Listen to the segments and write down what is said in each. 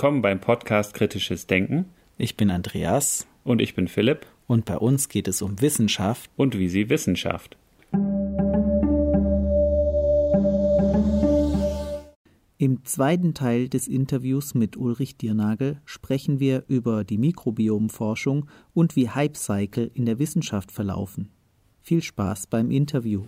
willkommen beim Podcast Kritisches Denken. Ich bin Andreas. Und ich bin Philipp. Und bei uns geht es um Wissenschaft. Und wie sie Wissenschaft. Im zweiten Teil des Interviews mit Ulrich Diernagel sprechen wir über die Mikrobiomforschung und wie Hype-Cycle in der Wissenschaft verlaufen. Viel Spaß beim Interview.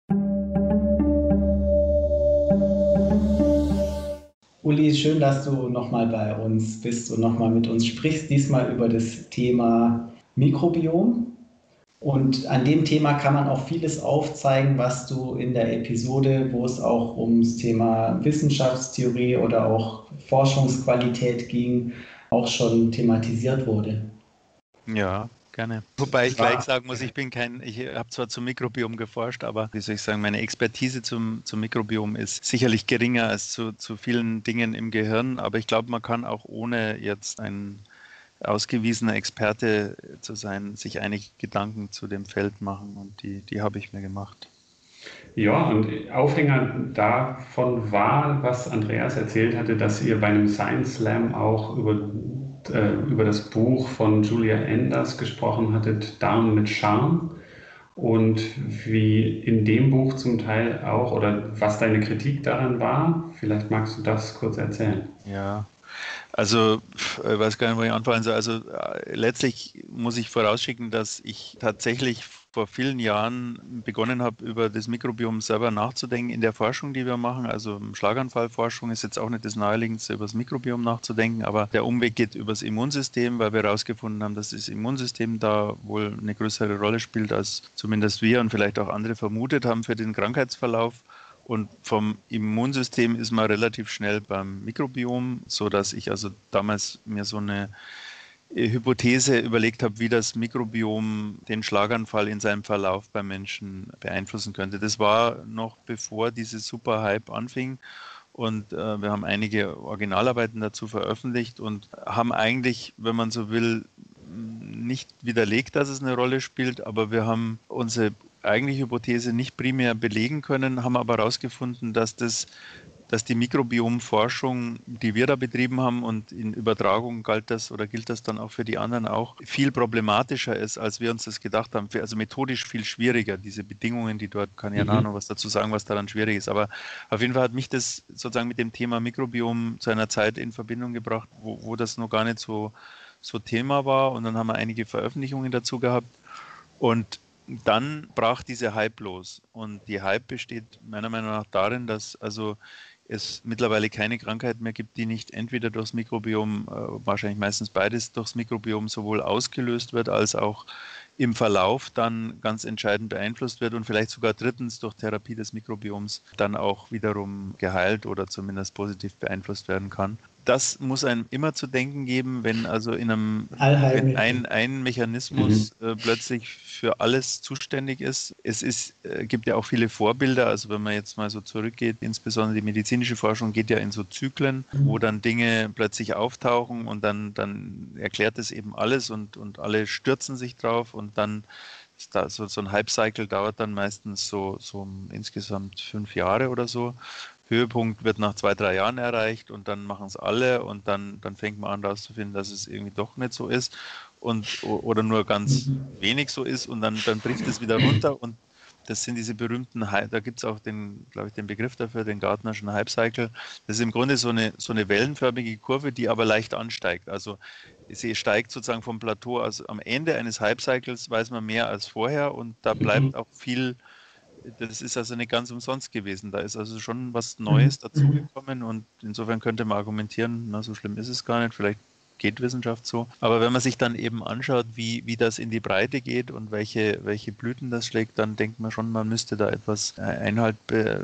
Uli, schön, dass du nochmal bei uns bist und nochmal mit uns sprichst, diesmal über das Thema Mikrobiom. Und an dem Thema kann man auch vieles aufzeigen, was du in der Episode, wo es auch ums Thema Wissenschaftstheorie oder auch Forschungsqualität ging, auch schon thematisiert wurde. Ja, gerne. Wobei ich gleich sagen muss, ich habe zwar zum Mikrobiom geforscht, aber wie soll ich sagen, meine Expertise zum Mikrobiom ist sicherlich geringer als zu vielen Dingen im Gehirn, aber ich glaube, man kann auch ohne jetzt ein ausgewiesener Experte zu sein, sich einige Gedanken zu dem Feld machen und die habe ich mir gemacht. Ja, und Aufhänger davon war, was Andreas erzählt hatte, dass ihr bei einem Science Slam auch über das Buch von Julia Enders gesprochen hattet, Darm mit Charme, und wie in dem Buch zum Teil auch, oder was deine Kritik daran war. Vielleicht magst du das kurz erzählen. Ja. Also, ich weiß gar nicht, wo ich anfangen soll. Also, letztlich muss ich vorausschicken, dass ich tatsächlich vor vielen Jahren begonnen habe, über das Mikrobiom selber nachzudenken in der Forschung, die wir machen. Also, Schlaganfallforschung ist jetzt auch nicht das Naheliegendste, über das Mikrobiom nachzudenken, aber der Umweg geht über das Immunsystem, weil wir herausgefunden haben, dass das Immunsystem da wohl eine größere Rolle spielt, als zumindest wir und vielleicht auch andere vermutet haben für den Krankheitsverlauf. Und vom Immunsystem ist man relativ schnell beim Mikrobiom, so dass ich also damals mir so eine Hypothese überlegt habe, wie das Mikrobiom den Schlaganfall in seinem Verlauf beim Menschen beeinflussen könnte. Das war noch bevor dieses Super-Hype anfing. Und wir haben einige Originalarbeiten dazu veröffentlicht und haben eigentlich, wenn man so will, nicht widerlegt, dass es eine Rolle spielt, aber wir haben unsere eigentliche Hypothese nicht primär belegen können, haben aber herausgefunden, dass die Mikrobiomforschung, die wir da betrieben haben, und in Übertragung gilt das dann auch für die anderen auch, viel problematischer ist, als wir uns das gedacht haben. Also methodisch viel schwieriger, diese Bedingungen, die dort, kann ja noch was dazu sagen, was daran schwierig ist. Aber auf jeden Fall hat mich das sozusagen mit dem Thema Mikrobiom zu einer Zeit in Verbindung gebracht, wo das noch gar nicht so Thema war. Und dann haben wir einige Veröffentlichungen dazu gehabt. Und dann brach diese Hype los. Und die Hype besteht meiner Meinung nach darin, dass also es mittlerweile keine Krankheit mehr gibt, die nicht entweder durchs Mikrobiom, wahrscheinlich meistens beides durchs Mikrobiom sowohl ausgelöst wird, als auch im Verlauf dann ganz entscheidend beeinflusst wird und vielleicht sogar drittens durch Therapie des Mikrobioms dann auch wiederum geheilt oder zumindest positiv beeinflusst werden kann. Das muss einem immer zu denken geben, wenn also wenn ein Mechanismus plötzlich für alles zuständig ist. Gibt ja auch viele Vorbilder, also wenn man jetzt mal so zurückgeht, insbesondere die medizinische Forschung geht ja in so Zyklen, wo dann Dinge plötzlich auftauchen und dann erklärt es eben alles und alle stürzen sich drauf und dann so ein Hype-Cycle dauert dann meistens so insgesamt 5 Jahre oder so. Höhepunkt wird nach 2-3 Jahren erreicht und dann machen es alle und dann fängt man an herauszufinden, dass es irgendwie doch nicht so ist oder nur ganz wenig so ist und dann bricht es wieder runter und das sind diese berühmten, da gibt es auch den Begriff dafür, den Gartnerschen Hype-Cycle. Das ist im Grunde so eine wellenförmige Kurve, die aber leicht ansteigt. Also sie steigt sozusagen vom Plateau, also am Ende eines Hype-Cycles weiß man mehr als vorher und da bleibt auch viel. Das ist also nicht ganz umsonst gewesen. Da ist also schon was Neues dazugekommen und insofern könnte man argumentieren, na, so schlimm ist es gar nicht, vielleicht geht Wissenschaft so. Aber wenn man sich dann eben anschaut, wie das in die Breite geht und welche Blüten das schlägt, dann denkt man schon, man müsste da etwas Einhalt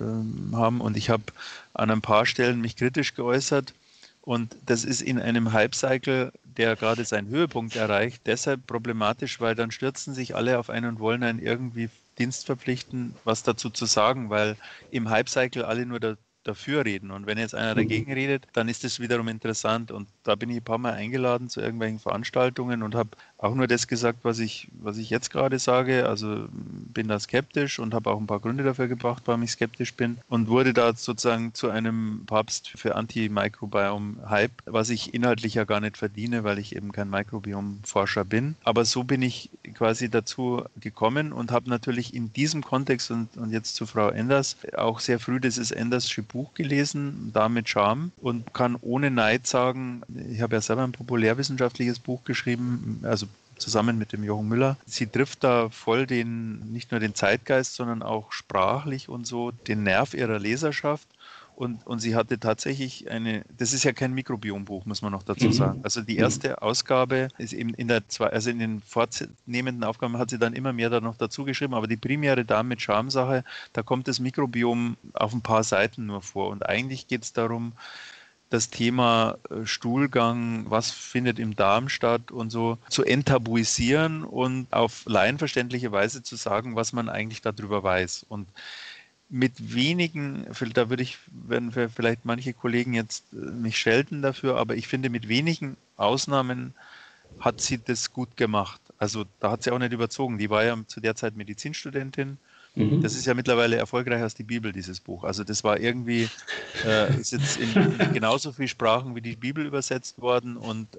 haben. Und ich habe an ein paar Stellen mich kritisch geäußert. Und das ist in einem Hype-Cycle, der gerade seinen Höhepunkt erreicht, deshalb problematisch, weil dann stürzen sich alle auf einen und wollen einen irgendwie Dienst verpflichten, was dazu zu sagen, weil im Hype-Cycle alle nur dafür reden. Und wenn jetzt einer dagegen redet, dann ist das wiederum interessant. Und da bin ich ein paar Mal eingeladen zu irgendwelchen Veranstaltungen und habe auch nur das gesagt, was ich jetzt gerade sage. Also bin da skeptisch und habe auch ein paar Gründe dafür gebracht, warum ich skeptisch bin und wurde da sozusagen zu einem Papst für Antimikrobiom-Hype, was ich inhaltlich ja gar nicht verdiene, weil ich eben kein Mikrobiom-Forscher bin. Aber so bin ich quasi dazu gekommen und habe natürlich in diesem Kontext und jetzt zu Frau Enders auch sehr früh dieses Endersche Buch gelesen, da mit Charme, und kann ohne Neid sagen, ich habe ja selber ein populärwissenschaftliches Buch geschrieben, also zusammen mit dem Jochen Müller. Sie trifft da voll nicht nur den Zeitgeist, sondern auch sprachlich und so den Nerv ihrer Leserschaft. Und sie hatte tatsächlich das ist ja kein Mikrobiombuch, muss man noch dazu sagen. Also die erste Ausgabe ist eben in den fortnehmenden Aufgaben hat sie dann immer mehr da noch dazu geschrieben, aber die primäre Darm mit Schamsache, da kommt das Mikrobiom auf ein paar Seiten nur vor. Und eigentlich geht es darum, das Thema Stuhlgang, was findet im Darm statt und so, zu enttabuisieren und auf laienverständliche Weise zu sagen, was man eigentlich darüber weiß. Und mit wenigen, da werden vielleicht manche Kollegen jetzt mich schelten dafür, aber ich finde, mit wenigen Ausnahmen hat sie das gut gemacht. Also da hat sie auch nicht überzogen. Die war ja zu der Zeit Medizinstudentin. Das ist ja mittlerweile erfolgreicher als die Bibel, dieses Buch. Also das war irgendwie, ist jetzt in genauso viele Sprachen wie die Bibel übersetzt worden und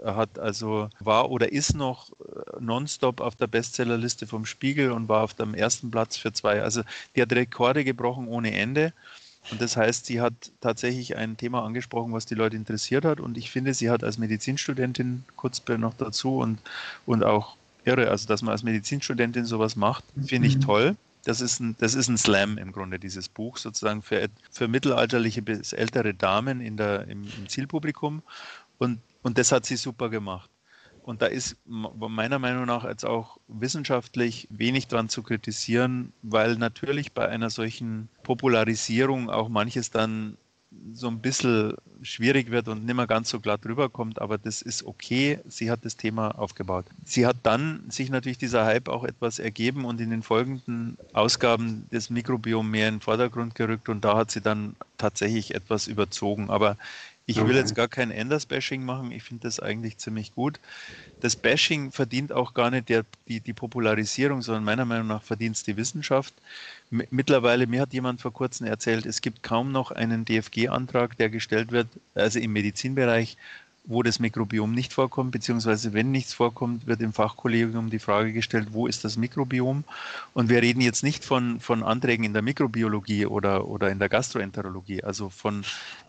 war oder ist noch nonstop auf der Bestsellerliste vom Spiegel und war auf dem ersten Platz für 2. Also die hat Rekorde gebrochen ohne Ende. Und das heißt, sie hat tatsächlich ein Thema angesprochen, was die Leute interessiert hat. Und ich finde, sie hat als Medizinstudentin, kurz noch dazu, und auch irre, also dass man als Medizinstudentin sowas macht, finde ich toll. Das ist ein Slam im Grunde, dieses Buch, sozusagen für mittelalterliche bis ältere Damen im Zielpublikum. Und das hat sie super gemacht. Und da ist meiner Meinung nach jetzt auch wissenschaftlich wenig dran zu kritisieren, weil natürlich bei einer solchen Popularisierung auch manches dann so ein bisschen schwierig wird und nicht mehr ganz so glatt rüberkommt, aber das ist okay. Sie hat das Thema aufgebaut. Sie hat dann sich natürlich dieser Hype auch etwas ergeben und in den folgenden Ausgaben das Mikrobiom mehr in den Vordergrund gerückt und da hat sie dann tatsächlich etwas überzogen. Aber ich will jetzt gar kein Enders-Bashing machen. Ich finde das eigentlich ziemlich gut. Das Bashing verdient auch gar nicht die Popularisierung, sondern meiner Meinung nach verdient es die Wissenschaft. Mittlerweile, mir hat jemand vor kurzem erzählt, es gibt kaum noch einen DFG-Antrag, der gestellt wird, also im Medizinbereich, wo das Mikrobiom nicht vorkommt, beziehungsweise wenn nichts vorkommt, wird im Fachkollegium die Frage gestellt, wo ist das Mikrobiom? Und wir reden jetzt nicht von Anträgen in der Mikrobiologie oder in der Gastroenterologie, also von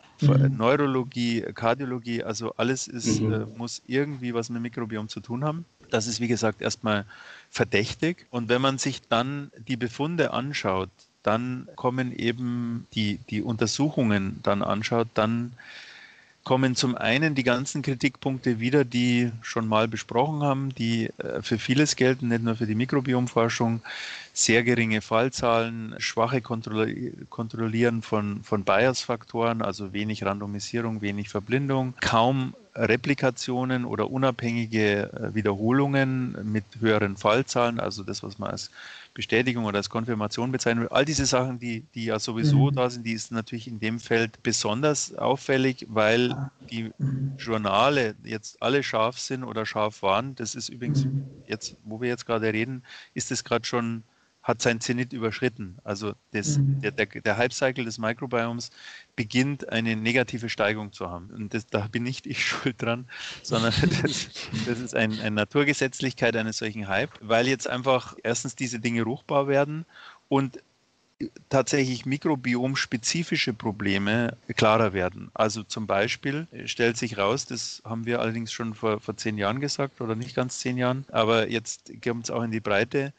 Neurologie, Kardiologie, also alles muss irgendwie was mit Mikrobiom zu tun haben. Das ist, wie gesagt, erstmal verdächtig. Und wenn man sich dann die Befunde anschaut, dann kommen eben die Untersuchungen dann anschaut, dann kommen zum einen die ganzen Kritikpunkte wieder, die schon mal besprochen haben, die für vieles gelten, nicht nur für die Mikrobiomforschung. Sehr geringe Fallzahlen, schwache Kontrollieren von Bias-Faktoren, also wenig Randomisierung, wenig Verblindung, kaum Replikationen oder unabhängige Wiederholungen mit höheren Fallzahlen, also das, was man als Bestätigung oder als Konfirmation bezeichnen will. All diese Sachen, die ja sowieso da sind, die ist natürlich in dem Feld besonders auffällig, weil die Journale jetzt alle scharf sind oder scharf waren. Das ist übrigens jetzt, wo wir jetzt gerade reden, ist es gerade schon, hat sein Zenit überschritten. Also der Hype-Cycle des Mikrobioms beginnt eine negative Steigung zu haben. Und da bin nicht ich schuld dran, sondern das ist eine Naturgesetzlichkeit eines solchen Hype, weil jetzt einfach erstens diese Dinge ruchbar werden und tatsächlich mikrobiomspezifische Probleme klarer werden. Also zum Beispiel stellt sich raus, das haben wir allerdings schon vor 10 Jahren gesagt oder nicht ganz 10 Jahren, aber jetzt kommt es auch in die Breite.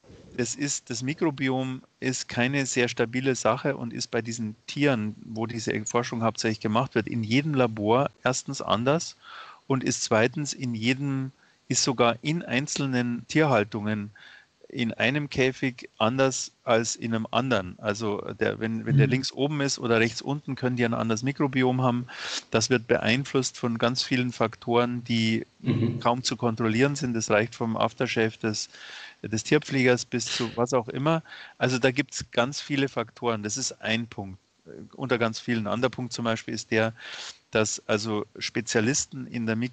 Das Mikrobiom ist keine sehr stabile Sache und ist bei diesen Tieren, wo diese Forschung hauptsächlich gemacht wird, in jedem Labor erstens anders und ist zweitens ist sogar in einzelnen Tierhaltungen in einem Käfig anders als in einem anderen. Also wenn der links oben ist oder rechts unten, können die ein anderes Mikrobiom haben. Das wird beeinflusst von ganz vielen Faktoren, die kaum zu kontrollieren sind. Das reicht vom Aftershave des Tierpflegers bis zu was auch immer. Also da gibt es ganz viele Faktoren. Das ist ein Punkt unter ganz vielen. Ein anderer Punkt zum Beispiel ist dass also Spezialisten in der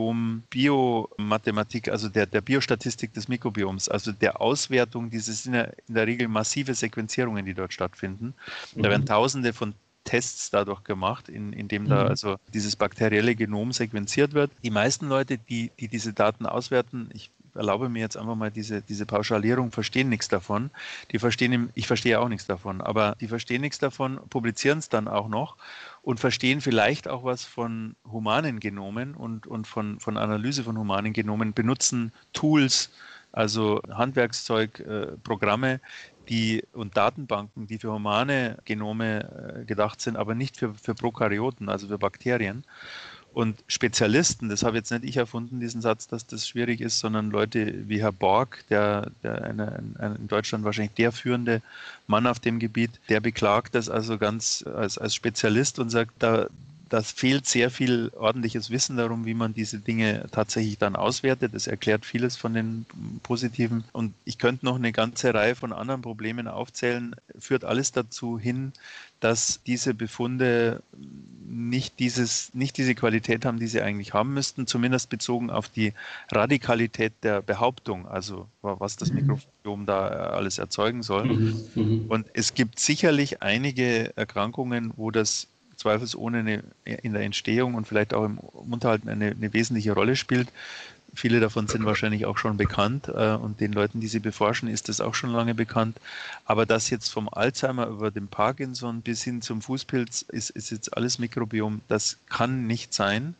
Mikrobiom-Biomathematik, also der Biostatistik des Mikrobioms, also der Auswertung, dieses sind ja in der Regel massive Sequenzierungen, die dort stattfinden. Da werden Tausende von Tests dadurch gemacht, indem da also dieses bakterielle Genom sequenziert wird. Die meisten Leute, die diese Daten auswerten, ich erlaube mir jetzt einfach mal diese Pauschalierung, verstehen nichts davon. Ich verstehe auch nichts davon, aber die verstehen nichts davon, publizieren es dann auch noch und verstehen vielleicht auch was von humanen Genomen und von Analyse von humanen Genomen, benutzen Tools, also Handwerkszeug, Programme, und Datenbanken, die für humane Genome gedacht sind, aber nicht für Prokaryoten, also für Bakterien. Und Spezialisten, das habe jetzt nicht ich erfunden, diesen Satz, dass das schwierig ist, sondern Leute wie Herr Borg, der in Deutschland wahrscheinlich der führende Mann auf dem Gebiet, der beklagt das also ganz als Spezialist und sagt, das fehlt sehr viel ordentliches Wissen darum, wie man diese Dinge tatsächlich dann auswertet. Das erklärt vieles von den Positiven. Und ich könnte noch eine ganze Reihe von anderen Problemen aufzählen. Führt alles dazu hin, dass diese Befunde nicht diese Qualität haben, die sie eigentlich haben müssten, zumindest bezogen auf die Radikalität der Behauptung, also was das Mikrobiom da alles erzeugen soll. Und es gibt sicherlich einige Erkrankungen, wo das zweifelsohne in der Entstehung und vielleicht auch im Unterhalten eine wesentliche Rolle spielt. Viele davon sind wahrscheinlich auch schon bekannt und den Leuten, die sie beforschen, ist das auch schon lange bekannt. Aber das jetzt vom Alzheimer über den Parkinson bis hin zum Fußpilz ist jetzt alles Mikrobiom. Das kann nicht sein.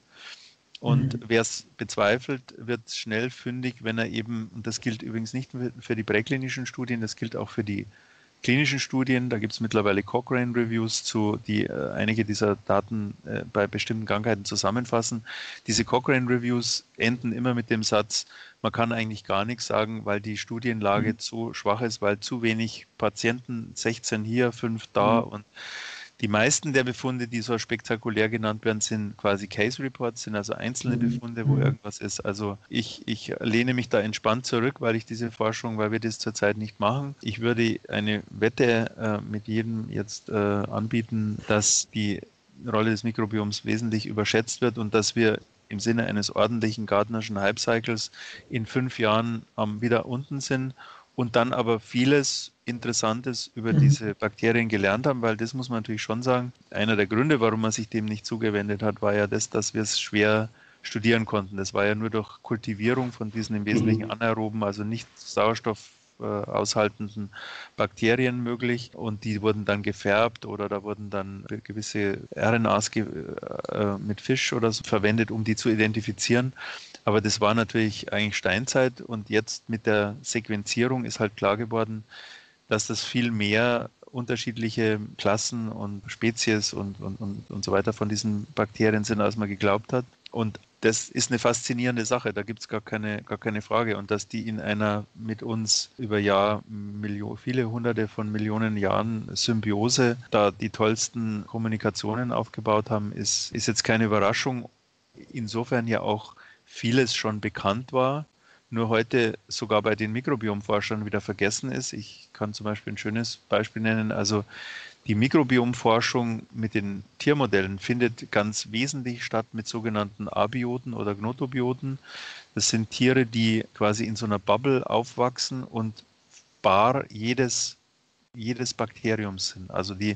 Und wer es bezweifelt, wird schnell fündig, wenn er eben, und das gilt übrigens nicht für die präklinischen Studien, das gilt auch für die klinischen Studien, da gibt es mittlerweile Cochrane-Reviews zu, die einige dieser Daten bei bestimmten Krankheiten zusammenfassen. Diese Cochrane-Reviews enden immer mit dem Satz, man kann eigentlich gar nichts sagen, weil die Studienlage zu schwach ist, weil zu wenig Patienten, 16 hier, 5 da und die meisten der Befunde, die so spektakulär genannt werden, sind quasi Case Reports, sind also einzelne Befunde, wo irgendwas ist. Also ich lehne mich da entspannt zurück, weil wir das zurzeit nicht machen. Ich würde eine Wette mit jedem jetzt anbieten, dass die Rolle des Mikrobioms wesentlich überschätzt wird und dass wir im Sinne eines ordentlichen Gardner'schen Hype-Cycles in 5 Jahren wieder unten sind und dann aber vieles Interessantes über diese Bakterien gelernt haben, weil das muss man natürlich schon sagen. Einer der Gründe, warum man sich dem nicht zugewendet hat, war ja das, dass wir es schwer studieren konnten. Das war ja nur durch Kultivierung von diesen im Wesentlichen anaeroben, also nicht Sauerstoff aushaltenden Bakterien möglich und die wurden dann gefärbt oder da wurden dann gewisse RNAs mit Fisch oder so verwendet, um die zu identifizieren. Aber das war natürlich eigentlich Steinzeit und jetzt mit der Sequenzierung ist halt klar geworden, dass das viel mehr unterschiedliche Klassen und Spezies und so weiter von diesen Bakterien sind, als man geglaubt hat. Und das ist eine faszinierende Sache, da gibt es gar keine Frage. Und dass die in einer mit uns über viele hunderte von Millionen Jahren Symbiose da die tollsten Kommunikationen aufgebaut haben, ist jetzt keine Überraschung. Insofern ja auch vieles schon bekannt war, nur heute sogar bei den Mikrobiomforschern wieder vergessen ist. Ich kann zum Beispiel ein schönes Beispiel nennen. Also die Mikrobiomforschung mit den Tiermodellen findet ganz wesentlich statt mit sogenannten Abioten oder Gnotobioten. Das sind Tiere, die quasi in so einer Bubble aufwachsen und bar jedes Bakteriums sind. Also die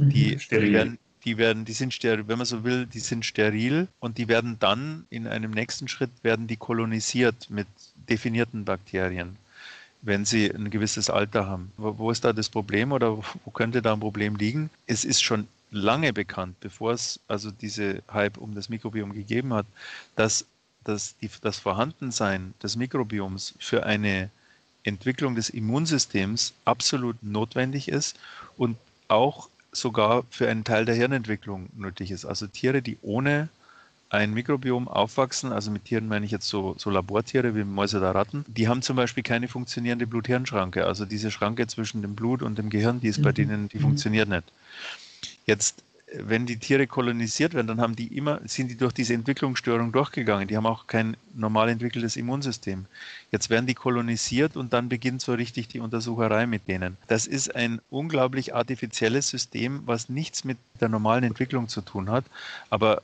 sind steril, wenn man so will, die sind steril und die werden dann in einem nächsten Schritt kolonisiert mit definierten Bakterien, wenn sie ein gewisses Alter haben. Wo ist da das Problem oder wo könnte da ein Problem liegen? Es ist schon lange bekannt, bevor es also diese Hype um das Mikrobiom gegeben hat, dass das Vorhandensein des Mikrobioms für eine Entwicklung des Immunsystems absolut notwendig ist und auch sogar für einen Teil der Hirnentwicklung nötig ist. Also Tiere, die ohne ein Mikrobiom aufwachsen, also mit Tieren meine ich jetzt so Labortiere wie Mäuse oder Ratten, die haben zum Beispiel keine funktionierende Blut-Hirn-Schranke. Also diese Schranke zwischen dem Blut und dem Gehirn, die ist bei denen, die funktioniert nicht. Jetzt, wenn die Tiere kolonisiert werden, dann sind die durch diese Entwicklungsstörung durchgegangen. Die haben auch kein normal entwickeltes Immunsystem. Jetzt werden die kolonisiert und dann beginnt so richtig die Untersucherei mit denen. Das ist ein unglaublich artifizielles System, was nichts mit der normalen Entwicklung zu tun hat. Aber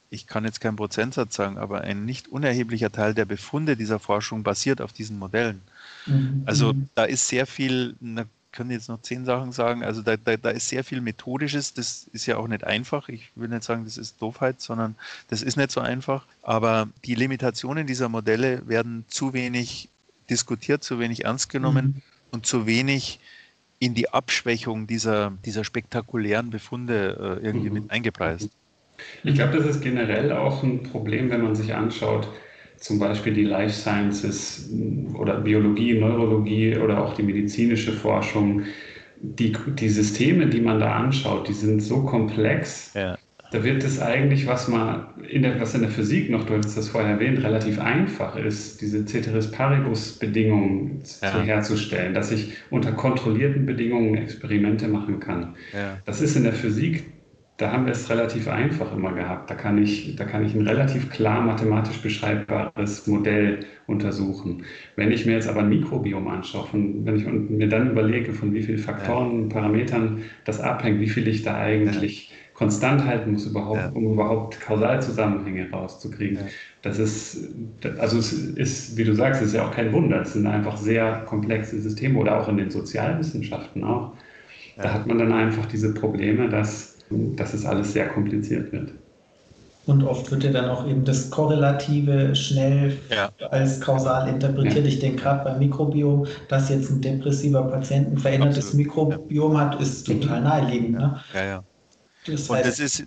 ich kann jetzt keinen Prozentsatz sagen, aber ein nicht unerheblicher Teil der Befunde dieser Forschung basiert auf diesen Modellen. Also da ist sehr viel, da können jetzt noch 10 Sachen sagen, also da ist sehr viel Methodisches, das ist ja auch nicht einfach. Ich will nicht sagen, das ist Doofheit, sondern das ist nicht so einfach. Aber die Limitationen dieser Modelle werden zu wenig diskutiert, zu wenig ernst genommen und zu wenig in die Abschwächung dieser spektakulären Befunde irgendwie mit eingepreist. Ich glaube, das ist generell auch ein Problem, wenn man sich anschaut, zum Beispiel die Life Sciences oder Biologie, Neurologie oder auch die medizinische Forschung. Die Systeme, die man da anschaut, die sind so komplex. Ja. Da wird es eigentlich, was in der Physik noch, du hattest das vorher erwähnt, relativ einfach ist, diese Ceteris Paribus-Bedingungen herzustellen, dass ich unter kontrollierten Bedingungen Experimente machen kann. Ja. Das ist in der Physik, da haben wir es relativ einfach immer gehabt. Da kann ich ein relativ klar mathematisch beschreibbares Modell untersuchen. Wenn ich mir jetzt aber ein Mikrobiom anschaue, wenn ich mir dann überlege, von wie vielen Faktoren, Parametern das abhängt, wie viel ich da eigentlich konstant halten muss, um überhaupt Kausalzusammenhänge rauszukriegen. Das ist, also es ist, wie du sagst, es ist ja auch kein Wunder. Es sind einfach sehr komplexe Systeme oder auch in den Sozialwissenschaften auch. Da hat man dann einfach diese Probleme, dass es alles sehr kompliziert wird. Und oft wird ja dann auch eben das Korrelative schnell als kausal interpretiert. Ich denke gerade beim Mikrobiom, dass jetzt ein depressiver Patient ein verändertes Mikrobiom hat, ist total naheliegend. Ne? Ja. Und das ist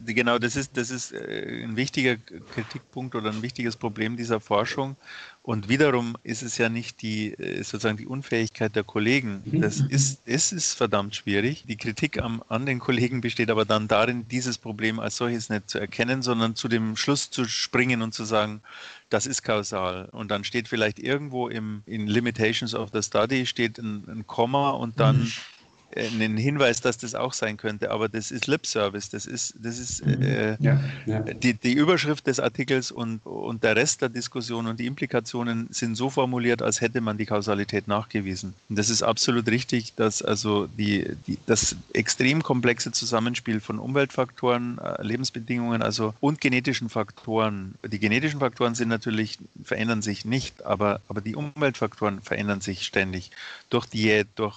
ein wichtiger Kritikpunkt oder ein wichtiges Problem dieser Forschung. Und wiederum ist es ja nicht die Unfähigkeit der Kollegen. Es ist verdammt schwierig. Die Kritik an den Kollegen besteht aber dann darin, dieses Problem als solches nicht zu erkennen, sondern zu dem Schluss zu springen und zu sagen, das ist kausal. Und dann steht vielleicht irgendwo in Limitations of the Study steht ein Komma und dann einen Hinweis, dass das auch sein könnte, aber das ist Lip Service, das ist die Überschrift des Artikels und der Rest der Diskussion und die Implikationen sind so formuliert, als hätte man die Kausalität nachgewiesen. Und das ist absolut richtig, dass also das extrem komplexe Zusammenspiel von Umweltfaktoren, Lebensbedingungen, und genetischen Faktoren. Die genetischen Faktoren verändern sich nicht, aber die Umweltfaktoren verändern sich ständig durch Diät, durch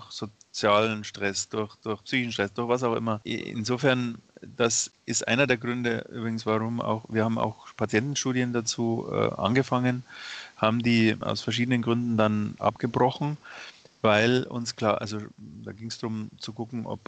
sozialen Stress, durch psychischen Stress, durch was auch immer. Insofern, das ist einer der Gründe übrigens, warum wir haben auch Patientenstudien dazu angefangen, haben die aus verschiedenen Gründen dann abgebrochen, weil uns klar, also da ging es darum zu gucken, ob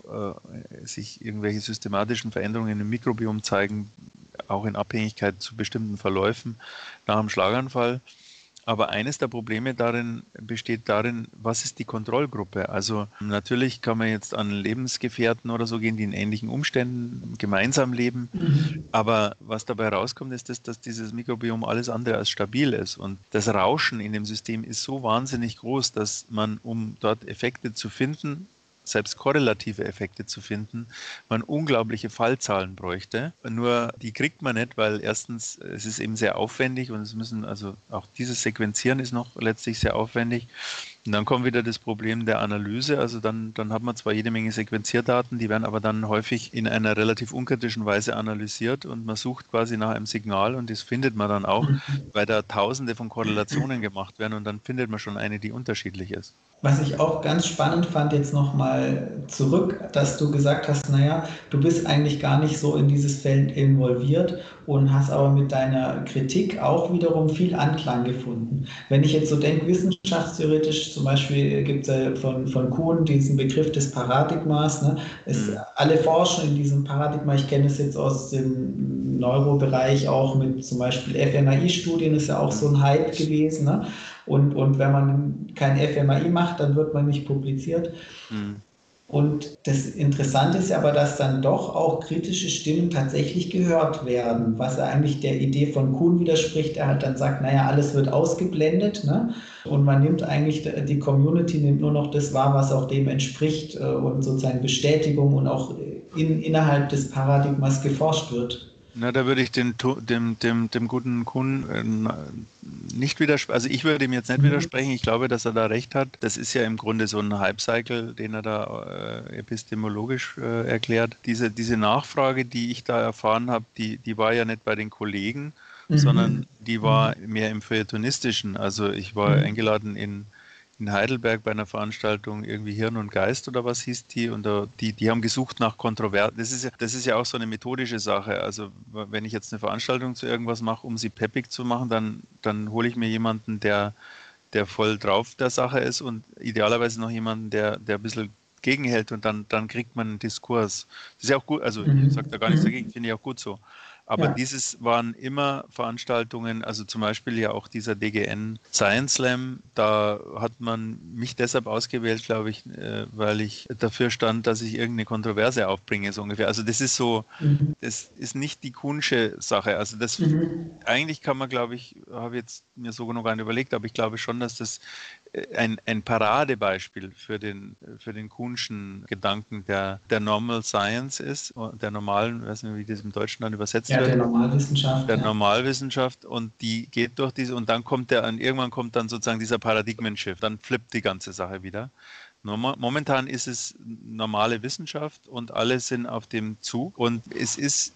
sich irgendwelche systematischen Veränderungen im Mikrobiom zeigen, auch in Abhängigkeit zu bestimmten Verläufen nach dem Schlaganfall. Aber eines der Probleme besteht darin, was ist die Kontrollgruppe? Also natürlich kann man jetzt an Lebensgefährten oder so gehen, die in ähnlichen Umständen gemeinsam leben. Aber was dabei rauskommt, ist, dass dieses Mikrobiom alles andere als stabil ist. Und das Rauschen in dem System ist so wahnsinnig groß, dass man, um dort Effekte zu finden, selbst korrelative Effekte zu finden, man unglaubliche Fallzahlen bräuchte. Nur die kriegt man nicht, weil erstens, es ist eben sehr aufwendig und auch dieses Sequenzieren ist noch letztlich sehr aufwendig. Und dann kommt wieder das Problem der Analyse. Also dann hat man zwar jede Menge Sequenzierdaten, die werden aber dann häufig in einer relativ unkritischen Weise analysiert und man sucht quasi nach einem Signal und das findet man dann auch, weil da Tausende von Korrelationen gemacht werden und dann findet man schon eine, die unterschiedlich ist. Was ich auch ganz spannend fand, jetzt nochmal zurück, dass du gesagt hast, naja, du bist eigentlich gar nicht so in dieses Feld involviert und hast aber mit deiner Kritik auch wiederum viel Anklang gefunden. Wenn ich jetzt so denke, wissenschaftstheoretisch zum Beispiel gibt es ja von Kuhn diesen Begriff des Paradigmas. Ne? Alle forschen in diesem Paradigma. Ich kenne es jetzt aus dem Neurobereich auch mit zum Beispiel fMRI-Studien, ist ja auch so ein Hype gewesen. Ne? Und wenn man kein fMRI macht, dann wird man nicht publiziert. Und das Interessante ist aber, dass dann doch auch kritische Stimmen tatsächlich gehört werden, was eigentlich der Idee von Kuhn widerspricht. Er hat dann gesagt, naja, alles wird ausgeblendet, ne? Und man nimmt eigentlich, die Community nimmt nur noch das wahr, was auch dem entspricht und sozusagen Bestätigung und auch innerhalb des Paradigmas geforscht wird. Na, da würde ich dem guten Kuhn nicht widersprechen. Also ich würde ihm jetzt nicht widersprechen. Ich glaube, dass er da recht hat. Das ist ja im Grunde so ein Hype-Cycle, den er da epistemologisch erklärt. Diese Nachfrage, die ich da erfahren habe, die war ja nicht bei den Kollegen, sondern die war mehr im Feuilletonistischen. Also ich war eingeladen in Heidelberg bei einer Veranstaltung, irgendwie Hirn und Geist oder was hieß die, und die haben gesucht nach Kontroversen. Das ist ja auch so eine methodische Sache. Also wenn ich jetzt eine Veranstaltung zu irgendwas mache, um sie peppig zu machen, dann hole ich mir jemanden, der voll drauf der Sache ist, und idealerweise noch jemanden, der ein bisschen gegenhält, und dann kriegt man einen Diskurs. Das ist ja auch gut, also ich sage da gar nichts dagegen, finde ich auch gut so. Aber dieses waren immer Veranstaltungen, also zum Beispiel ja auch dieser DGN Science Slam, da hat man mich deshalb ausgewählt, glaube ich, weil ich dafür stand, dass ich irgendeine Kontroverse aufbringe, so ungefähr. Also das ist so, das ist nicht die Kuhnsche Sache. Also das eigentlich kann man, glaube ich, habe jetzt mir so noch gar nicht überlegt, aber ich glaube schon, dass das ein Paradebeispiel für den Kuhnschen Gedanken der Normal Science ist, der normalen, ich weiß nicht, wie das im Deutschen dann übersetzt wird. Der Normalwissenschaft. Der Normalwissenschaft, und die geht durch diese, und dann irgendwann kommt dann sozusagen dieser Paradigmen-Shift, dann flippt die ganze Sache wieder. Momentan ist es normale Wissenschaft und alle sind auf dem Zug, und es ist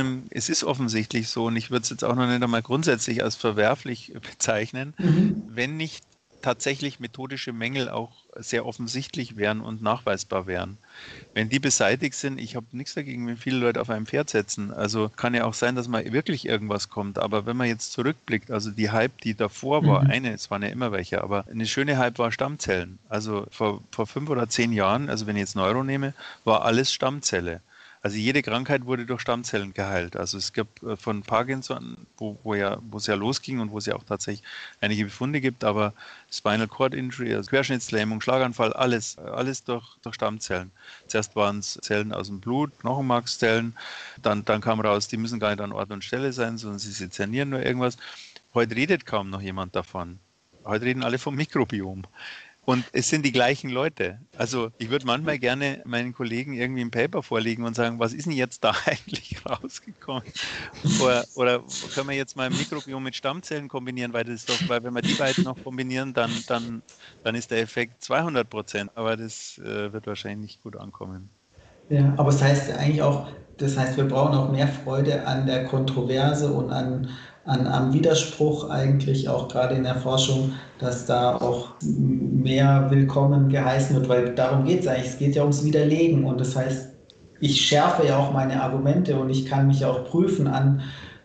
es ist offensichtlich so, und ich würde es jetzt auch noch nicht einmal grundsätzlich als verwerflich bezeichnen, wenn nicht tatsächlich methodische Mängel auch sehr offensichtlich wären und nachweisbar wären. Wenn die beseitigt sind, ich habe nichts dagegen, wenn viele Leute auf ein Pferd setzen. Also kann ja auch sein, dass mal wirklich irgendwas kommt. Aber wenn man jetzt zurückblickt, also die Hype, die davor war, es waren ja immer welche, aber eine schöne Hype war Stammzellen. Also vor 5 oder 10 Jahren, also wenn ich jetzt Neuro nehme, war alles Stammzelle. Also jede Krankheit wurde durch Stammzellen geheilt. Also es gab von Parkinson, wo es ja losging und wo es ja auch tatsächlich einige Befunde gibt, aber Spinal Cord Injury, also Querschnittslähmung, Schlaganfall, alles durch Stammzellen. Zuerst waren es Zellen aus dem Blut, Knochenmarkszellen, dann kam raus, die müssen gar nicht an Ort und Stelle sein, sondern sie sezernieren nur irgendwas. Heute redet kaum noch jemand davon. Heute reden alle vom Mikrobiom. Und es sind die gleichen Leute. Also ich würde manchmal gerne meinen Kollegen irgendwie ein Paper vorlegen und sagen, was ist denn jetzt da eigentlich rausgekommen? Oder können wir jetzt mal ein Mikrobiom mit Stammzellen kombinieren, weil wenn wir die beiden noch kombinieren, dann ist der Effekt 200%. Aber das wird wahrscheinlich nicht gut ankommen. Ja, aber es heißt ja eigentlich auch, wir brauchen auch mehr Freude an der Kontroverse und am Widerspruch eigentlich, auch gerade in der Forschung, dass da auch mehr willkommen geheißen wird, weil darum geht es eigentlich. Es geht ja ums Widerlegen, und das heißt, ich schärfe ja auch meine Argumente und ich kann mich auch prüfen an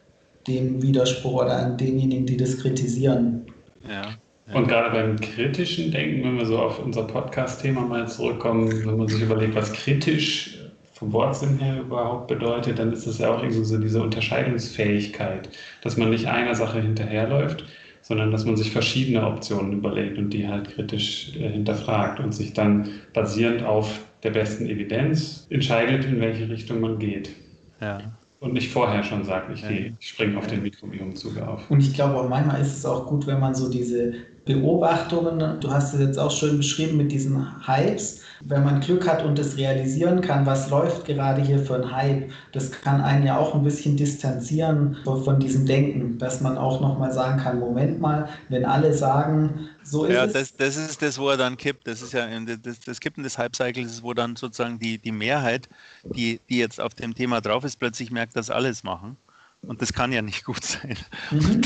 dem Widerspruch oder an denjenigen, die das kritisieren. Ja. Und gerade beim kritischen Denken, wenn wir so auf unser Podcast-Thema mal zurückkommen, wenn man sich überlegt, was kritisch vom Wortsinn her überhaupt bedeutet, dann ist es ja auch irgendwie so diese Unterscheidungsfähigkeit, dass man nicht einer Sache hinterherläuft, sondern dass man sich verschiedene Optionen überlegt und die halt kritisch hinterfragt und sich dann basierend auf der besten Evidenz entscheidet, in welche Richtung man geht. Ja. Und nicht vorher schon sagt, ich springe auf den Mikrobiomzug auf. Und ich glaube auch manchmal ist es auch gut, wenn man so diese Beobachtungen, du hast es jetzt auch schön beschrieben mit diesen Hypes, wenn man Glück hat und es realisieren kann, was läuft gerade hier für ein Hype, das kann einen ja auch ein bisschen distanzieren von diesem Denken, dass man auch nochmal sagen kann, Moment mal, wenn alle sagen, so ist es. Ja, das ist das, wo er dann kippt. Das ist ja das Kippen des Hype-Cycles, wo dann sozusagen die Mehrheit, die jetzt auf dem Thema drauf ist, plötzlich merkt, dass alles machen. Und das kann ja nicht gut sein. Und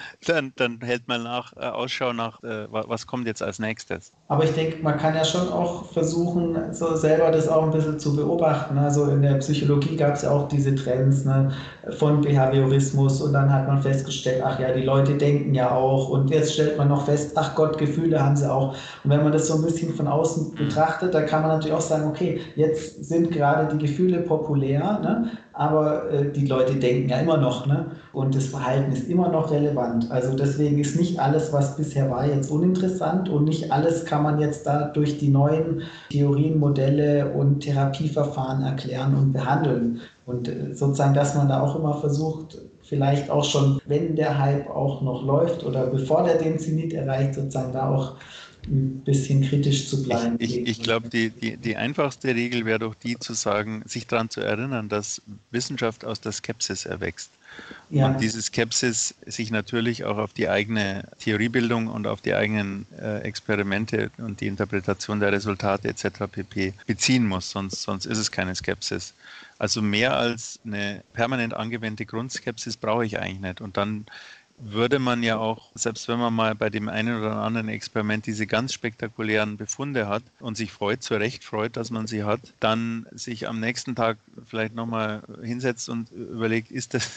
dann hält man Ausschau nach, was kommt jetzt als nächstes. Aber ich denke, man kann ja schon auch versuchen, so selber das auch ein bisschen zu beobachten. Also in der Psychologie gab es ja auch diese Trends, ne, von Behaviorismus, und dann hat man festgestellt, ach ja, die Leute denken ja auch, und jetzt stellt man noch fest, ach Gott, Gefühle haben sie auch. Und wenn man das so ein bisschen von außen betrachtet, dann kann man natürlich auch sagen, okay, jetzt sind gerade die Gefühle populär, ne, aber die Leute denken ja immer noch, ne, und das Verhalten ist immer noch relevant. Also deswegen ist nicht alles, was bisher war, jetzt uninteressant, und nicht alles kann man jetzt da durch die neuen Theorien, Modelle und Therapieverfahren erklären und behandeln. Und sozusagen, dass man da auch immer versucht, vielleicht auch schon, wenn der Hype auch noch läuft oder bevor der den Zenit erreicht, sozusagen da auch ein bisschen kritisch zu bleiben. Ich glaube, die einfachste Regel wäre doch die zu sagen, sich daran zu erinnern, dass Wissenschaft aus der Skepsis erwächst. Ja. Und diese Skepsis sich natürlich auch auf die eigene Theoriebildung und auf die eigenen Experimente und die Interpretation der Resultate etc. pp. Beziehen muss, sonst ist es keine Skepsis. Also mehr als eine permanent angewendete Grundskepsis brauche ich eigentlich nicht. Und dann würde man ja auch, selbst wenn man mal bei dem einen oder anderen Experiment diese ganz spektakulären Befunde hat und sich freut, zu Recht freut, dass man sie hat, dann sich am nächsten Tag vielleicht nochmal hinsetzt und überlegt,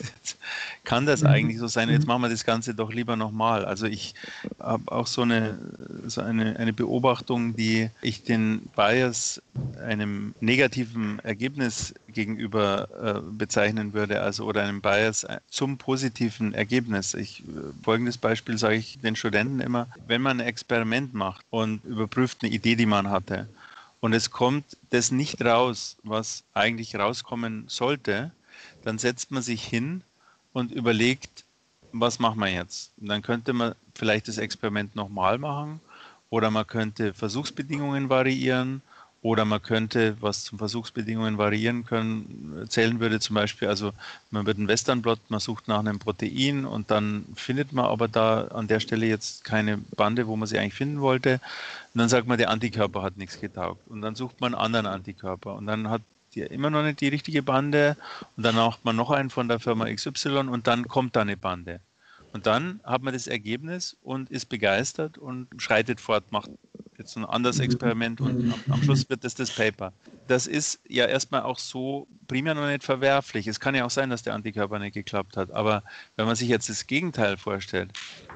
kann das eigentlich so sein? Jetzt machen wir das Ganze doch lieber nochmal. Also ich habe auch so eine Beobachtung, die ich den Bias einem negativen Ergebnis gegenüber bezeichnen würde, also oder einem Bias zum positiven Ergebnis. Folgendes Beispiel sage ich den Studenten immer: Wenn man ein Experiment macht und überprüft eine Idee, die man hatte, und es kommt das nicht raus, was eigentlich rauskommen sollte, dann setzt man sich hin und überlegt, was machen wir jetzt? Und dann könnte man vielleicht das Experiment nochmal machen, oder man könnte Versuchsbedingungen variieren, oder man könnte, was zum Versuchsbedingungen variieren zählen würde, zum Beispiel, also man wird einen Westernblot, man sucht nach einem Protein und dann findet man aber da an der Stelle jetzt keine Bande, wo man sie eigentlich finden wollte. Und dann sagt man, der Antikörper hat nichts getaugt. Und dann sucht man einen anderen Antikörper und dann hat der immer noch nicht die richtige Bande und dann macht man noch einen von der Firma XY und dann kommt da eine Bande. Und dann hat man das Ergebnis und ist begeistert und schreitet fort, macht jetzt ein anderes Experiment und am Schluss wird das Paper. Das ist ja erstmal auch so primär noch nicht verwerflich. Es kann ja auch sein, dass der Antikörper nicht geklappt hat. Aber wenn man sich jetzt das Gegenteil vorstellt,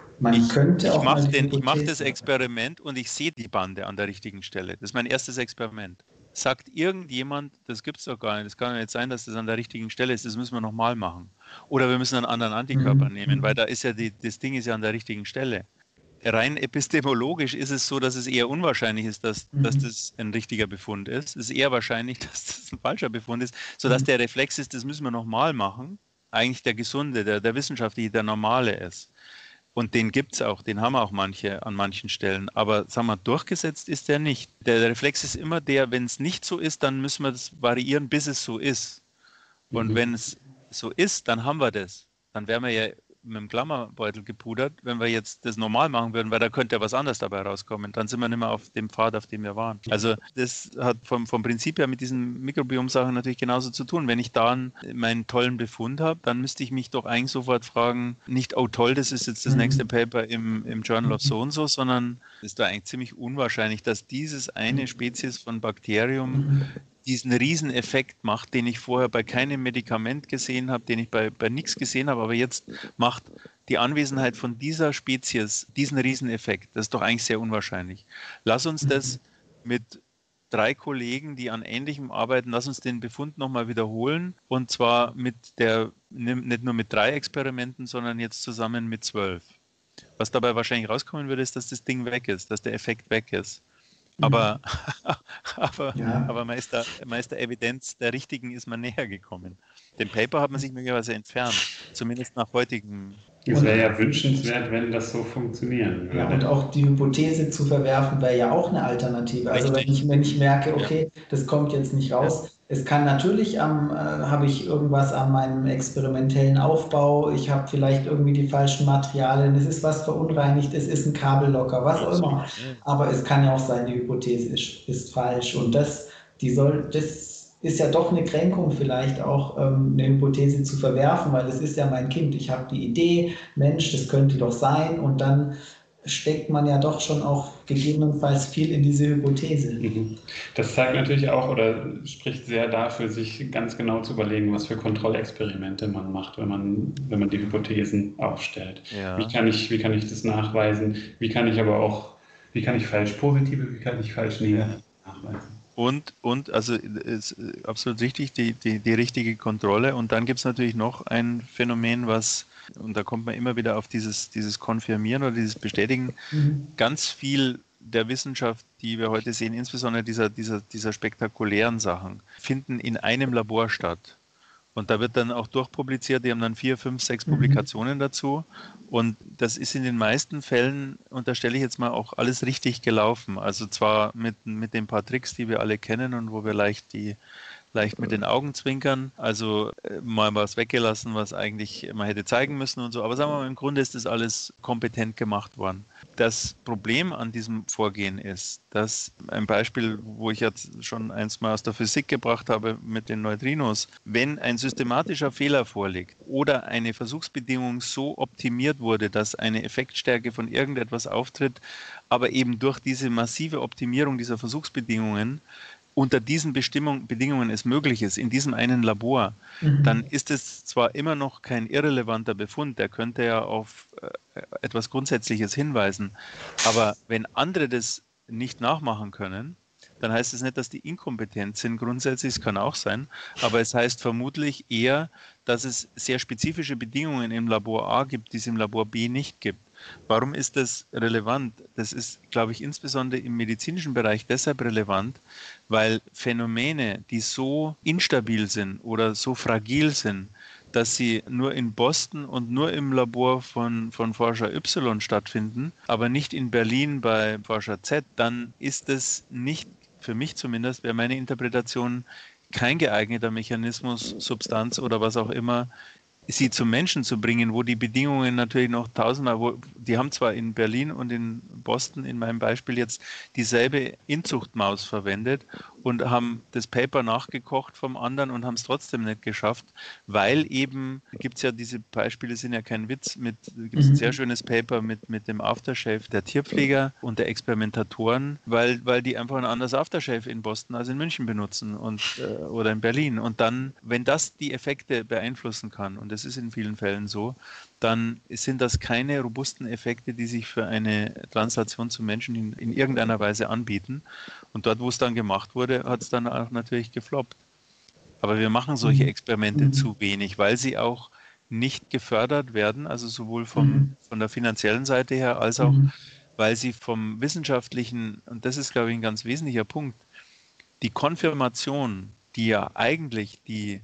ich mache das Experiment und ich sehe die Bande an der richtigen Stelle. Das ist mein erstes Experiment. Sagt irgendjemand, das gibt es doch gar nicht, das kann ja nicht sein, dass das an der richtigen Stelle ist, das müssen wir nochmal machen. Oder wir müssen einen anderen Antikörper nehmen, weil das Ding ist ja an der richtigen Stelle. Rein epistemologisch ist es so, dass es eher unwahrscheinlich ist, dass das ein richtiger Befund ist. Es ist eher wahrscheinlich, dass das ein falscher Befund ist, sodass der Reflex ist, das müssen wir nochmal machen. Eigentlich der gesunde, der wissenschaftliche, der normale ist. Und den gibt es auch, den haben auch manche an manchen Stellen. Aber sagen wir, durchgesetzt ist der nicht. Der Reflex ist immer der, wenn es nicht so ist, dann müssen wir das variieren, bis es so ist. Und wenn es so ist, dann haben wir das. Dann wären wir ja mit dem Klammerbeutel gepudert, wenn wir jetzt das normal machen würden, weil da könnte ja was anderes dabei rauskommen. Dann sind wir nicht mehr auf dem Pfad, auf dem wir waren. Also das hat vom Prinzip her mit diesen Mikrobiom-Sachen natürlich genauso zu tun. Wenn ich da meinen tollen Befund habe, dann müsste ich mich doch eigentlich sofort fragen, nicht, oh toll, das ist jetzt das nächste Paper im Journal of so und so, sondern es ist da eigentlich ziemlich unwahrscheinlich, dass dieses eine Spezies von Bakterium diesen Rieseneffekt macht, den ich vorher bei keinem Medikament gesehen habe, den ich bei nichts gesehen habe, aber jetzt macht die Anwesenheit von dieser Spezies diesen Rieseneffekt. Das ist doch eigentlich sehr unwahrscheinlich. Lass uns das mit 3 Kollegen, die an Ähnlichem arbeiten, lass uns den Befund nochmal wiederholen, und zwar nicht nur mit 3 Experimenten, sondern jetzt zusammen mit 12. Was dabei wahrscheinlich rauskommen würde, ist, dass das Ding weg ist, dass der Effekt weg ist. Aber man ist der Evidenz der richtigen ist man näher gekommen. Dem Paper hat man sich möglicherweise entfernt, zumindest nach heutigem. Es wäre ja wünschenswert, wenn das so funktionieren würde. Ja, und auch die Hypothese zu verwerfen, wäre ja auch eine Alternative. Also wenn ich merke, okay, das kommt jetzt nicht raus. Ja. Es kann natürlich, habe ich irgendwas an meinem experimentellen Aufbau, ich habe vielleicht irgendwie die falschen Materialien, es ist was verunreinigt, es ist ein Kabel locker, was auch immer. Aber es kann ja auch sein, die Hypothese ist falsch. Und das ist ja doch eine Kränkung vielleicht auch, eine Hypothese zu verwerfen, weil es ist ja mein Kind. Ich habe die Idee, Mensch, das könnte doch sein, und dann steckt man ja doch schon auch gegebenenfalls viel in diese Hypothese. Das zeigt natürlich auch oder spricht sehr dafür, sich ganz genau zu überlegen, was für Kontrollexperimente man macht, wenn man die Hypothesen aufstellt. Ja. Wie kann ich das nachweisen? Wie kann ich falsch positive, wie kann ich falsch negative nachweisen? Und also ist absolut richtig, die richtige Kontrolle. Und dann gibt es natürlich noch ein Phänomen, und da kommt man immer wieder auf dieses Konfirmieren oder dieses Bestätigen. Ganz viel der Wissenschaft, die wir heute sehen, insbesondere dieser spektakulären Sachen, finden in einem Labor statt. Und da wird dann auch durchpubliziert, die haben dann 4, 5, 6 Publikationen dazu. Und das ist in den meisten Fällen, unterstelle ich jetzt mal, auch alles richtig gelaufen. Also zwar mit den paar Tricks, die wir alle kennen und wo wir leicht mit den Augen zwinkern, also mal was weggelassen, was eigentlich man hätte zeigen müssen und so. Aber sagen wir mal, im Grunde ist das alles kompetent gemacht worden. Das Problem an diesem Vorgehen ist, dass ein Beispiel, wo ich jetzt schon eins mal aus der Physik gebracht habe mit den Neutrinos, wenn ein systematischer Fehler vorliegt oder eine Versuchsbedingung so optimiert wurde, dass eine Effektstärke von irgendetwas auftritt, aber eben durch diese massive Optimierung dieser Versuchsbedingungen unter diesen Bedingungen es möglich ist, in diesem einen Labor, dann ist es zwar immer noch kein irrelevanter Befund, der könnte ja auf etwas Grundsätzliches hinweisen, aber wenn andere das nicht nachmachen können, dann heißt es nicht, dass die inkompetent sind. Grundsätzlich, es kann auch sein, aber es heißt vermutlich eher, dass es sehr spezifische Bedingungen im Labor A gibt, die es im Labor B nicht gibt. Warum ist das relevant? Das ist, glaube ich, insbesondere im medizinischen Bereich deshalb relevant, weil Phänomene, die so instabil sind oder so fragil sind, dass sie nur in Boston und nur im Labor von Forscher Y stattfinden, aber nicht in Berlin bei Forscher Z, dann ist es nicht, für mich zumindest, wäre meine Interpretation, kein geeigneter Mechanismus, Substanz oder was auch immer, sie zum Menschen zu bringen, wo die Bedingungen natürlich noch tausendmal, die haben zwar in Berlin und in Boston in meinem Beispiel jetzt dieselbe Inzuchtmaus verwendet und haben das Paper nachgekocht vom anderen und haben es trotzdem nicht geschafft, weil eben, gibt es ja diese Beispiele, sind ja kein Witz, gibt es ein sehr schönes Paper mit dem Aftershave der Tierpfleger und der Experimentatoren, weil die einfach ein anderes Aftershave in Boston als in München benutzen oder in Berlin. Und dann, wenn das die Effekte beeinflussen kann, und das ist in vielen Fällen so, dann sind das keine robusten Effekte, die sich für eine Translation zu Menschen in irgendeiner Weise anbieten. Und dort, wo es dann gemacht wurde, hat es dann auch natürlich gefloppt. Aber wir machen solche Experimente zu wenig, weil sie auch nicht gefördert werden, also sowohl von der finanziellen Seite her, als auch, weil sie vom wissenschaftlichen, und das ist, glaube ich, ein ganz wesentlicher Punkt, die Konfirmation, die ja eigentlich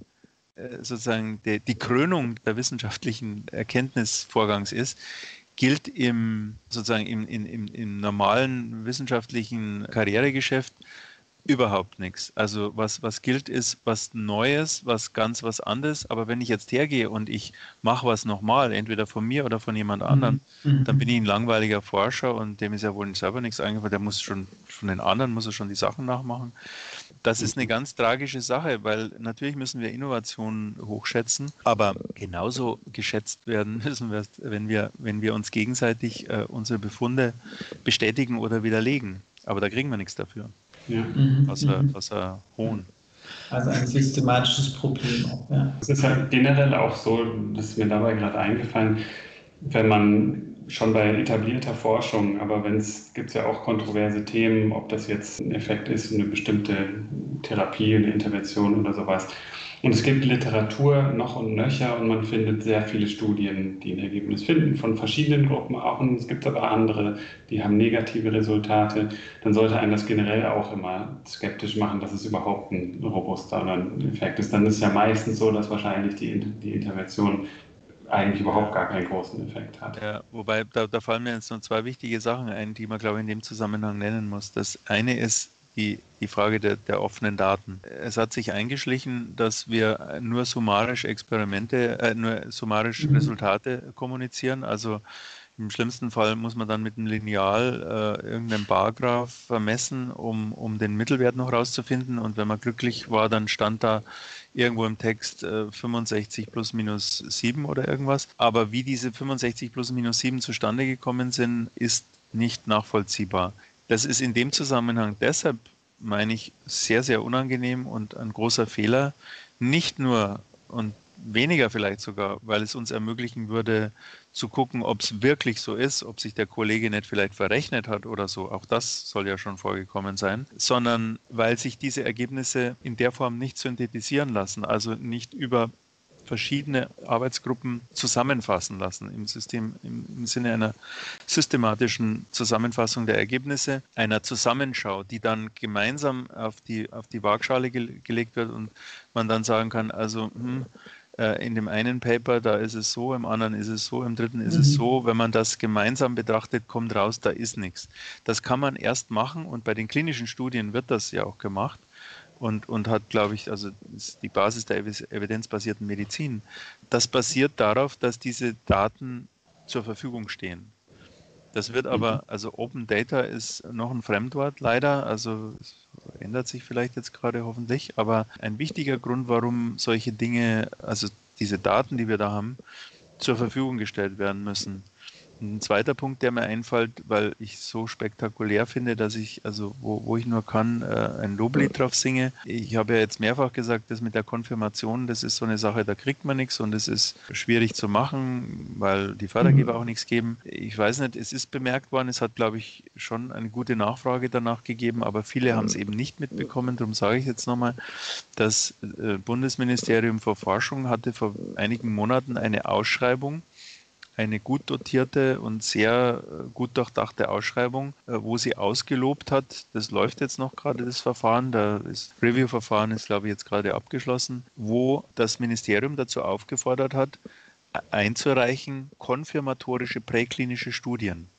sozusagen die Krönung der wissenschaftlichen Erkenntnisvorgangs ist, gilt sozusagen im normalen wissenschaftlichen Karrieregeschäft überhaupt nichts. Also was gilt, ist was Neues, was anderes. Aber wenn ich jetzt hergehe und ich mache was nochmal, entweder von mir oder von jemand anderem, dann bin ich ein langweiliger Forscher und dem ist ja wohl selber nichts eingefallen. Der muss schon von den anderen, muss er schon die Sachen nachmachen. Das ist eine ganz tragische Sache, weil natürlich müssen wir Innovationen hochschätzen, aber genauso geschätzt werden müssen wir, wenn wir uns gegenseitig unsere Befunde bestätigen oder widerlegen. Aber da kriegen wir nichts dafür. Ja. Außer Hohn. Also ein systematisches Problem auch. Ja. Es ist halt generell auch so, das ist mir dabei gerade eingefallen, wenn man schon bei etablierter Forschung, aber gibt es ja auch kontroverse Themen, ob das jetzt ein Effekt ist, eine bestimmte Therapie, eine Intervention oder sowas. Und es gibt Literatur noch und nöcher und man findet sehr viele Studien, die ein Ergebnis finden von verschiedenen Gruppen auch. Und es gibt aber andere, die haben negative Resultate. Dann sollte einem das generell auch immer skeptisch machen, dass es überhaupt ein robuster oder ein Effekt ist. Dann ist es ja meistens so, dass wahrscheinlich die Intervention eigentlich überhaupt gar keinen großen Effekt hat. Ja, wobei, da fallen mir jetzt noch zwei wichtige Sachen ein, die man, glaube ich, in dem Zusammenhang nennen muss. Das eine ist die Frage der offenen Daten. Es hat sich eingeschlichen, dass wir nur summarisch Resultate kommunizieren. Also im schlimmsten Fall muss man dann mit einem Lineal irgendeinen Bargraph vermessen, um den Mittelwert noch rauszufinden. Und wenn man glücklich war, dann stand da irgendwo im Text 65 plus minus 7 oder irgendwas. Aber wie diese 65 plus minus 7 zustande gekommen sind, ist nicht nachvollziehbar. Das ist in dem Zusammenhang deshalb, meine ich, sehr, sehr unangenehm und ein großer Fehler. Nicht nur und weniger vielleicht sogar, weil es uns ermöglichen würde, zu gucken, ob es wirklich so ist, ob sich der Kollege nicht vielleicht verrechnet hat oder so. Auch das soll ja schon vorgekommen sein. Sondern weil sich diese Ergebnisse in der Form nicht synthetisieren lassen, also nicht über verschiedene Arbeitsgruppen zusammenfassen lassen im System, im Sinne einer systematischen Zusammenfassung der Ergebnisse, einer Zusammenschau, die dann gemeinsam auf die Waagschale gelegt wird und man dann sagen kann, also in dem einen Paper, da ist es so, im anderen ist es so, im dritten ist es so. Wenn man das gemeinsam betrachtet, kommt raus, da ist nichts. Das kann man erst machen und bei den klinischen Studien wird das ja auch gemacht und hat, glaube ich, also ist die Basis der evidenzbasierten Medizin. Das basiert darauf, dass diese Daten zur Verfügung stehen. Das wird aber, also Open Data ist noch ein Fremdwort leider, also es ändert sich vielleicht jetzt gerade hoffentlich, aber ein wichtiger Grund, warum solche Dinge, also diese Daten, die wir da haben, zur Verfügung gestellt werden müssen. Ein zweiter Punkt, der mir einfällt, weil ich so spektakulär finde, dass ich, also wo ich nur kann, ein Loblied drauf singe. Ich habe ja jetzt mehrfach gesagt, das mit der Konfirmation, das ist so eine Sache, da kriegt man nichts und es ist schwierig zu machen, weil die Fördergeber auch nichts geben. Ich weiß nicht, es ist bemerkt worden, es hat, glaube ich, schon eine gute Nachfrage danach gegeben, aber viele haben es eben nicht mitbekommen. Darum sage ich jetzt nochmal, das Bundesministerium für Forschung hatte vor einigen Monaten eine Ausschreibung, eine gut dotierte und sehr gut durchdachte Ausschreibung, wo sie ausgelobt hat, das läuft jetzt noch gerade, das Verfahren, das Review-Verfahren ist, glaube ich, jetzt gerade abgeschlossen, wo das Ministerium dazu aufgefordert hat, einzureichen konfirmatorische präklinische Studien.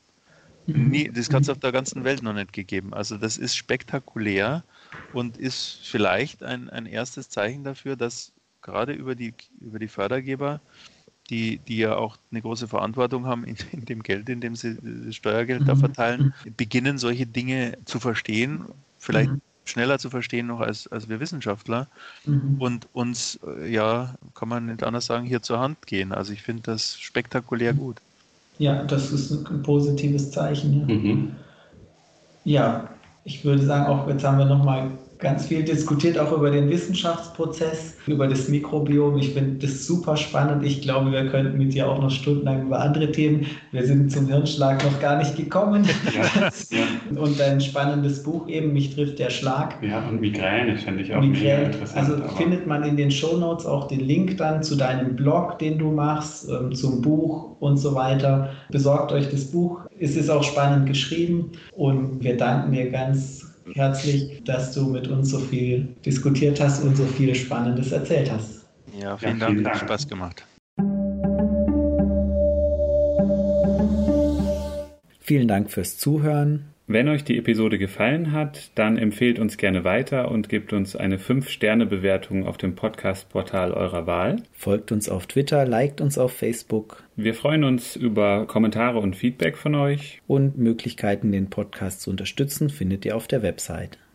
Das hat es auf der ganzen Welt noch nicht gegeben. Also das ist spektakulär und ist vielleicht ein erstes Zeichen dafür, dass gerade über die Fördergeber, die ja auch eine große Verantwortung haben in dem Geld, in dem sie das Steuergeld da verteilen, beginnen solche Dinge zu verstehen, vielleicht schneller zu verstehen noch als wir Wissenschaftler und uns, ja, kann man nicht anders sagen, hier zur Hand gehen. Also ich finde das spektakulär gut. Ja, das ist ein positives Zeichen. Ja, ich würde sagen, auch jetzt haben wir nochmal ganz viel diskutiert, auch über den Wissenschaftsprozess, über das Mikrobiom. Ich finde das super spannend. Ich glaube, wir könnten mit dir auch noch stundenlang über andere Themen. Wir sind zum Hirnschlag noch gar nicht gekommen. Ja. Und dein spannendes Buch eben, Mich trifft der Schlag. Ja, und Migräne finde ich auch mega interessant. Also findet man in den Shownotes auch den Link dann zu deinem Blog, den du machst, zum Buch und so weiter. Besorgt euch das Buch. Es ist auch spannend geschrieben und wir danken dir ganz herzlich, dass du mit uns so viel diskutiert hast und so viel Spannendes erzählt hast. Ja, vielen Dank. Hat Spaß gemacht. Vielen Dank fürs Zuhören. Wenn euch die Episode gefallen hat, dann empfehlt uns gerne weiter und gebt uns eine 5-Sterne-Bewertung auf dem Podcast-Portal eurer Wahl. Folgt uns auf Twitter, liked uns auf Facebook. Wir freuen uns über Kommentare und Feedback von euch. Und Möglichkeiten, den Podcast zu unterstützen, findet ihr auf der Website.